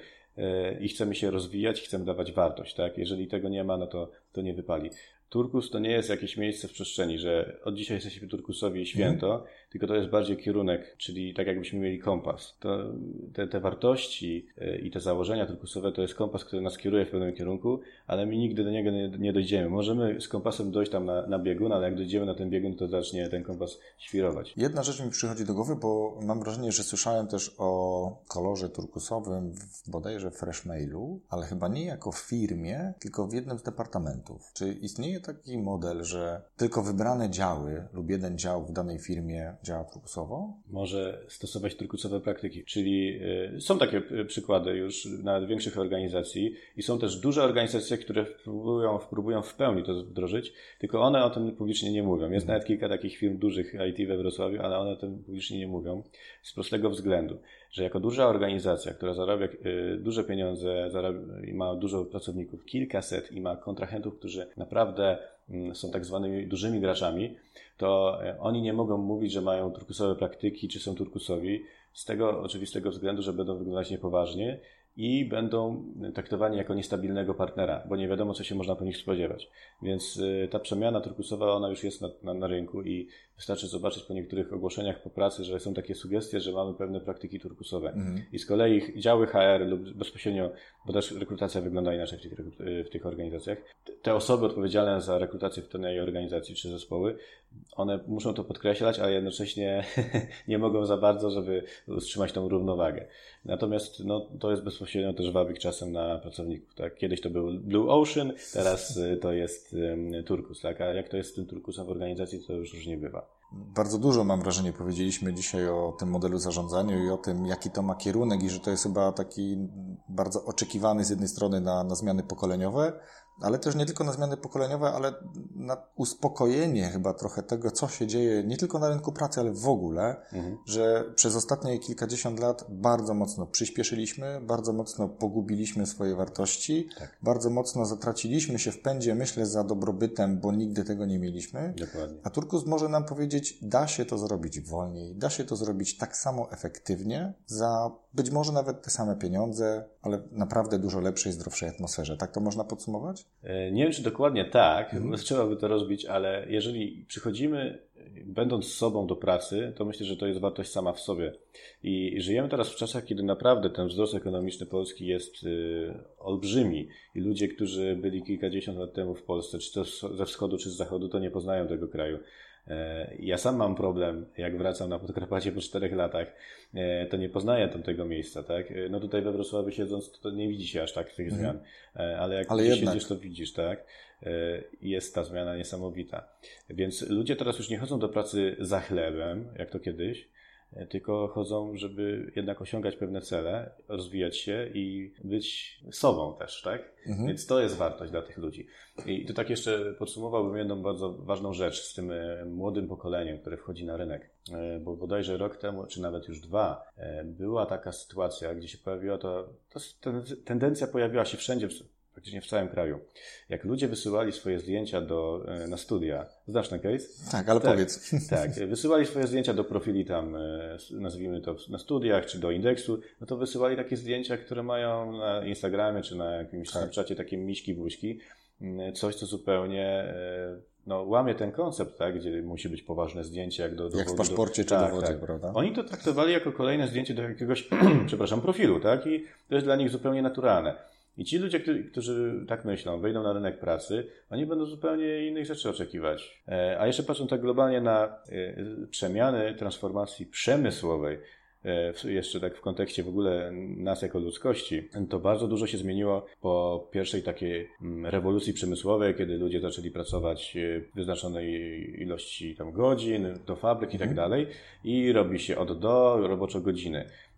i chcemy się rozwijać, chcemy dawać wartość, tak? Jeżeli tego nie ma, no to, to nie wypali. Turkus to nie jest jakieś miejsce w przestrzeni, że od dzisiaj jesteśmy turkusowi i święto, mm. tylko to jest bardziej kierunek, czyli tak jakbyśmy mieli kompas. To, te, te wartości i te założenia turkusowe to jest kompas, który nas kieruje w pewnym kierunku, ale my nigdy do niego nie, nie dojdziemy. Możemy z kompasem dojść tam na, na biegun, ale jak dojdziemy na ten biegun, to zacznie ten kompas świrować. Jedna rzecz mi przychodzi do głowy, bo mam wrażenie, że słyszałem też o kolorze turkusowym w bodajże Freshmailu, ale chyba nie jako w firmie, tylko w jednym z departamentów. Czy istnieje taki model, że tylko wybrane działy lub jeden dział w danej firmie działa turkusowo? Może stosować turkusowe praktyki, czyli y, są takie przykłady już nawet większych organizacji i są też duże organizacje, które próbują, próbują w pełni to wdrożyć, tylko one o tym publicznie nie mówią. Jest nawet kilka takich firm dużych I T we Wrocławiu, ale one o tym publicznie nie mówią z prostego względu, że jako duża organizacja, która zarabia y, duże pieniądze zarabia, i ma dużo pracowników, kilkaset i ma kontrahentów, którzy naprawdę y, są tak zwanymi dużymi graczami, to y, oni nie mogą mówić, że mają turkusowe praktyki, czy są turkusowi, z tego oczywistego względu, że będą wyglądać niepoważnie i będą traktowani jako niestabilnego partnera, bo nie wiadomo, co się można po nich spodziewać. Więc y, ta przemiana turkusowa, ona już jest na, na, na rynku i wystarczy zobaczyć po niektórych ogłoszeniach po pracy, że są takie sugestie, że mamy pewne praktyki turkusowe. Mhm. I z kolei działy H R lub bezpośrednio, bo też rekrutacja wygląda inaczej w tych, w tych organizacjach, te osoby odpowiedzialne za rekrutację w danej organizacji czy zespoły, one muszą to podkreślać, ale jednocześnie nie mogą za bardzo, żeby utrzymać tą równowagę. Natomiast no, to jest bezpośrednio też wabik czasem na pracowników. Tak? Kiedyś to był Blue Ocean, teraz to jest um, turkus. Tak? A jak to jest z tym turkusem w organizacji, to już różnie bywa. Bardzo dużo, mam wrażenie, powiedzieliśmy dzisiaj o tym modelu zarządzania i o tym, jaki to ma kierunek i że to jest chyba taki bardzo oczekiwany z jednej strony na, na zmiany pokoleniowe, ale też nie tylko na zmiany pokoleniowe, ale na uspokojenie chyba trochę tego, co się dzieje nie tylko na rynku pracy, ale w ogóle, mhm. że przez ostatnie kilkadziesiąt lat bardzo mocno przyspieszyliśmy, bardzo mocno pogubiliśmy swoje wartości, tak. bardzo mocno zatraciliśmy się w pędzie, myślę, za dobrobytem, bo nigdy tego nie mieliśmy. Dokładnie. A Turkus może nam powiedzieć, da się to zrobić wolniej, da się to zrobić tak samo efektywnie, za być może nawet te same pieniądze, ale naprawdę dużo lepszej, zdrowszej atmosferze. Tak to można podsumować? Nie wiem, czy dokładnie tak, hmm. trzeba by to rozbić, ale jeżeli przychodzimy, będąc sobą do pracy, to myślę, że to jest wartość sama w sobie. I żyjemy teraz w czasach, kiedy naprawdę ten wzrost ekonomiczny Polski jest y, olbrzymi i ludzie, którzy byli kilkadziesiąt lat temu w Polsce, czy to ze wschodu, czy z zachodu, to nie poznają tego kraju. Ja sam mam problem, jak wracam na Podkarpacie po czterech latach, to nie poznaję tamtego miejsca, tak? No tutaj we Wrocławiu siedząc, to nie widzi się aż tak tych zmian, ale jak ale siedzisz, to widzisz, tak? Jest ta zmiana niesamowita. Więc ludzie teraz już nie chodzą do pracy za chlebem, jak to kiedyś, tylko chodzą, żeby jednak osiągać pewne cele, rozwijać się i być sobą też, tak? Mhm. Więc to jest wartość dla tych ludzi. I tu tak jeszcze podsumowałbym jedną bardzo ważną rzecz z tym młodym pokoleniem, które wchodzi na rynek. Bo bodajże rok temu, czy nawet już dwa, była taka sytuacja, gdzie się pojawiła to, to tendencja pojawiła się wszędzie, praktycznie w całym kraju. Jak ludzie wysyłali swoje zdjęcia do, na studia, znasz ten case? Tak, ale tak, powiedz. Tak, wysyłali swoje zdjęcia do profili tam, nazwijmy to na studiach, czy do indeksu, no to wysyłali takie zdjęcia, które mają na Instagramie, czy na jakimś tak. Snapchacie takie miśki, buźki, coś, co zupełnie no, łamie ten koncept, tak, gdzie musi być poważne zdjęcie. Jak, do, do, jak w paszporcie do, czy tak, dowodzie, tak. prawda? Oni to traktowali jako kolejne zdjęcie do jakiegoś, przepraszam, profilu, tak, i to jest dla nich zupełnie naturalne. I ci ludzie, którzy tak myślą, wejdą na rynek pracy, oni będą zupełnie innych rzeczy oczekiwać. A jeszcze patrząc tak globalnie na przemiany transformacji przemysłowej, jeszcze tak w kontekście w ogóle nas jako ludzkości, to bardzo dużo się zmieniło po pierwszej takiej rewolucji przemysłowej, kiedy ludzie zaczęli pracować w wyznaczonej ilości tam godzin, do fabryk i tak dalej i robi się od do roboczo godziny.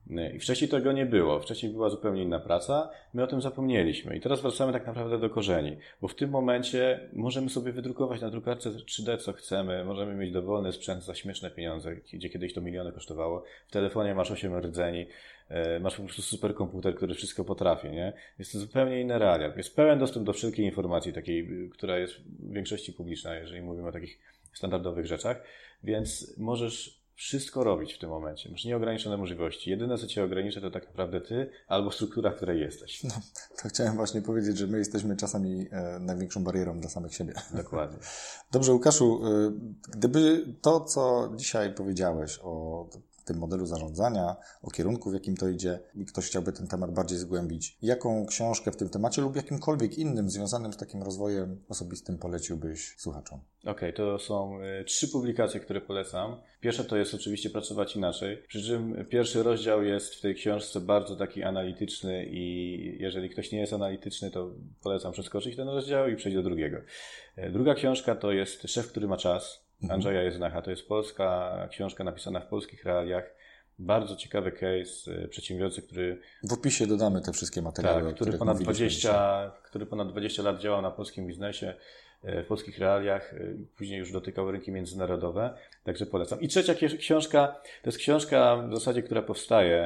I wcześniej tego nie było. Wcześniej była zupełnie inna praca. My o tym zapomnieliśmy. I teraz wracamy tak naprawdę do korzeni. Bo w tym momencie możemy sobie wydrukować na drukarce trzy D co chcemy. Możemy mieć dowolny sprzęt za śmieszne pieniądze, gdzie kiedyś to miliony kosztowało. W telefonie masz osiem rdzeni. Masz po prostu superkomputer, który wszystko potrafi, nie? Jest to zupełnie inny realia. Jest pełen dostęp do wszelkiej informacji takiej, która jest w większości publiczna, jeżeli mówimy o takich standardowych rzeczach. Więc możesz wszystko robić w tym momencie. Masz nieograniczone możliwości. Jedyne, co cię ogranicza, to tak naprawdę ty albo struktura, w której jesteś. No, to chciałem właśnie powiedzieć, że my jesteśmy czasami e, największą barierą dla samych siebie. Dokładnie. Dobrze, Łukaszu, e, gdyby to, co dzisiaj powiedziałeś o tym modelu zarządzania, o kierunku, w jakim to idzie i ktoś chciałby ten temat bardziej zgłębić, jaką książkę w tym temacie lub jakimkolwiek innym związanym z takim rozwojem osobistym poleciłbyś słuchaczom? Okej, okay, to są y, trzy publikacje, które polecam. Pierwsza to jest oczywiście Pracować inaczej, przy czym pierwszy rozdział jest w tej książce bardzo taki analityczny i jeżeli ktoś nie jest analityczny, to polecam przeskoczyć ten rozdział i przejść do drugiego. Druga książka to jest Szef, który ma czas. Andrzeja Jeznacha. To jest polska książka napisana w polskich realiach. Bardzo ciekawy case przedsiębiorcy, który... W opisie dodamy te wszystkie materiały, tak, który ponad dwadzieścia, który ponad dwadzieścia lat działał na polskim biznesie, w polskich realiach, później już dotykał rynki międzynarodowe, także polecam. I trzecia książka, to jest książka w zasadzie, która powstaje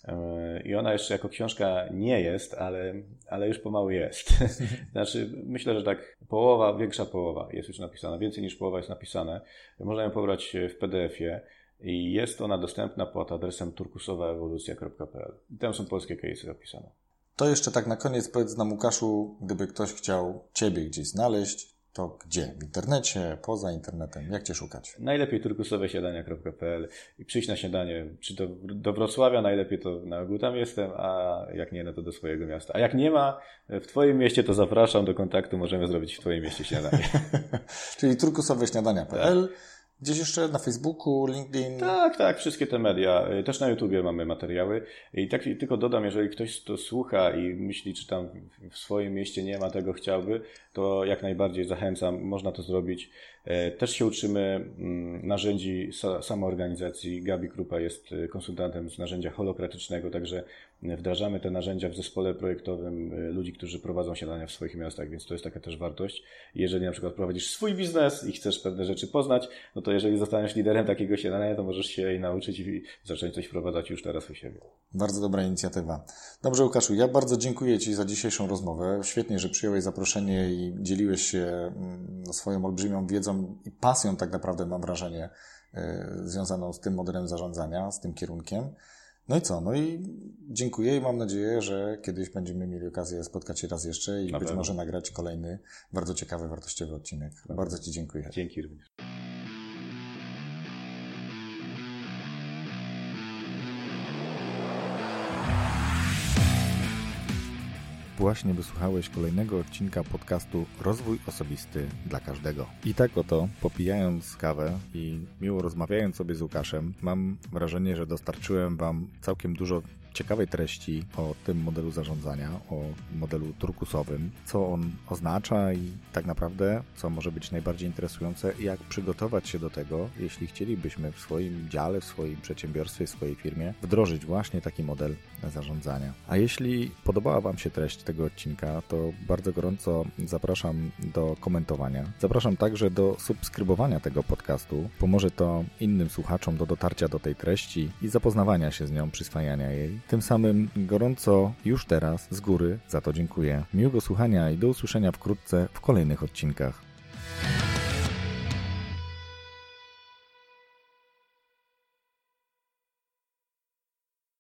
i ona jeszcze jako książka nie jest, ale, ale już pomału jest. Znaczy, myślę, że tak połowa, większa połowa jest już napisana, więcej niż połowa jest napisane. Można ją pobrać w P D F-ie i jest ona dostępna pod adresem turkusowa ewolucja kropka p l. I tam są polskie case'y opisane. To jeszcze tak na koniec powiedz nam, Łukaszu, gdyby ktoś chciał Ciebie gdzieś znaleźć, to gdzie? W internecie, poza internetem? Jak Cię szukać? Najlepiej turkusowe śniadania kropka p l i przyjść na śniadanie, czy to do Wrocławia, najlepiej to na ogół tam jestem, a jak nie, no to do swojego miasta. A jak nie ma w Twoim mieście, to zapraszam do kontaktu, możemy zrobić w Twoim mieście śniadanie. Czyli turkusowe śniadania kropka p l. Gdzieś jeszcze na Facebooku, LinkedIn? Tak, tak, wszystkie te media. Też na YouTubie mamy materiały. I tak tylko dodam, jeżeli ktoś to słucha i myśli, czy tam w swoim mieście nie ma tego, chciałby, to jak najbardziej zachęcam, można to zrobić. Też się uczymy narzędzi samoorganizacji. Gabi Krupa jest konsultantem z narzędzia holokratycznego, także wdrażamy te narzędzia w zespole projektowym ludzi, którzy prowadzą śniadania w swoich miastach, więc to jest taka też wartość. Jeżeli na przykład prowadzisz swój biznes i chcesz pewne rzeczy poznać, no to jeżeli zostaniesz liderem takiego śniadania, to możesz się jej nauczyć i zacząć coś wprowadzać już teraz u siebie. Bardzo dobra inicjatywa. Dobrze, Łukaszu, ja bardzo dziękuję Ci za dzisiejszą rozmowę. Świetnie, że przyjąłeś zaproszenie i dzieliłeś się swoją olbrzymią wiedzą i pasją, tak naprawdę mam wrażenie, związaną z tym modelem zarządzania, z tym kierunkiem. No i co? No i dziękuję i mam nadzieję, że kiedyś będziemy mieli okazję spotkać się raz jeszcze i być może nagrać kolejny bardzo ciekawy, wartościowy odcinek. Bardzo Ci dziękuję. Dzięki również. Właśnie wysłuchałeś kolejnego odcinka podcastu Rozwój Osobisty dla Każdego. I tak oto, popijając kawę i miło rozmawiając sobie z Łukaszem, mam wrażenie, że dostarczyłem Wam całkiem dużo ciekawej treści o tym modelu zarządzania, o modelu turkusowym, co on oznacza i tak naprawdę, co może być najbardziej interesujące, jak przygotować się do tego, jeśli chcielibyśmy w swoim dziale, w swoim przedsiębiorstwie, w swojej firmie wdrożyć właśnie taki model zarządzania. A jeśli podobała Wam się treść tego odcinka, to bardzo gorąco zapraszam do komentowania. Zapraszam także do subskrybowania tego podcastu. Pomoże to innym słuchaczom do dotarcia do tej treści i zapoznawania się z nią, przyswajania jej. Tym samym gorąco już teraz z góry za to dziękuję. Miłego słuchania i do usłyszenia wkrótce w kolejnych odcinkach.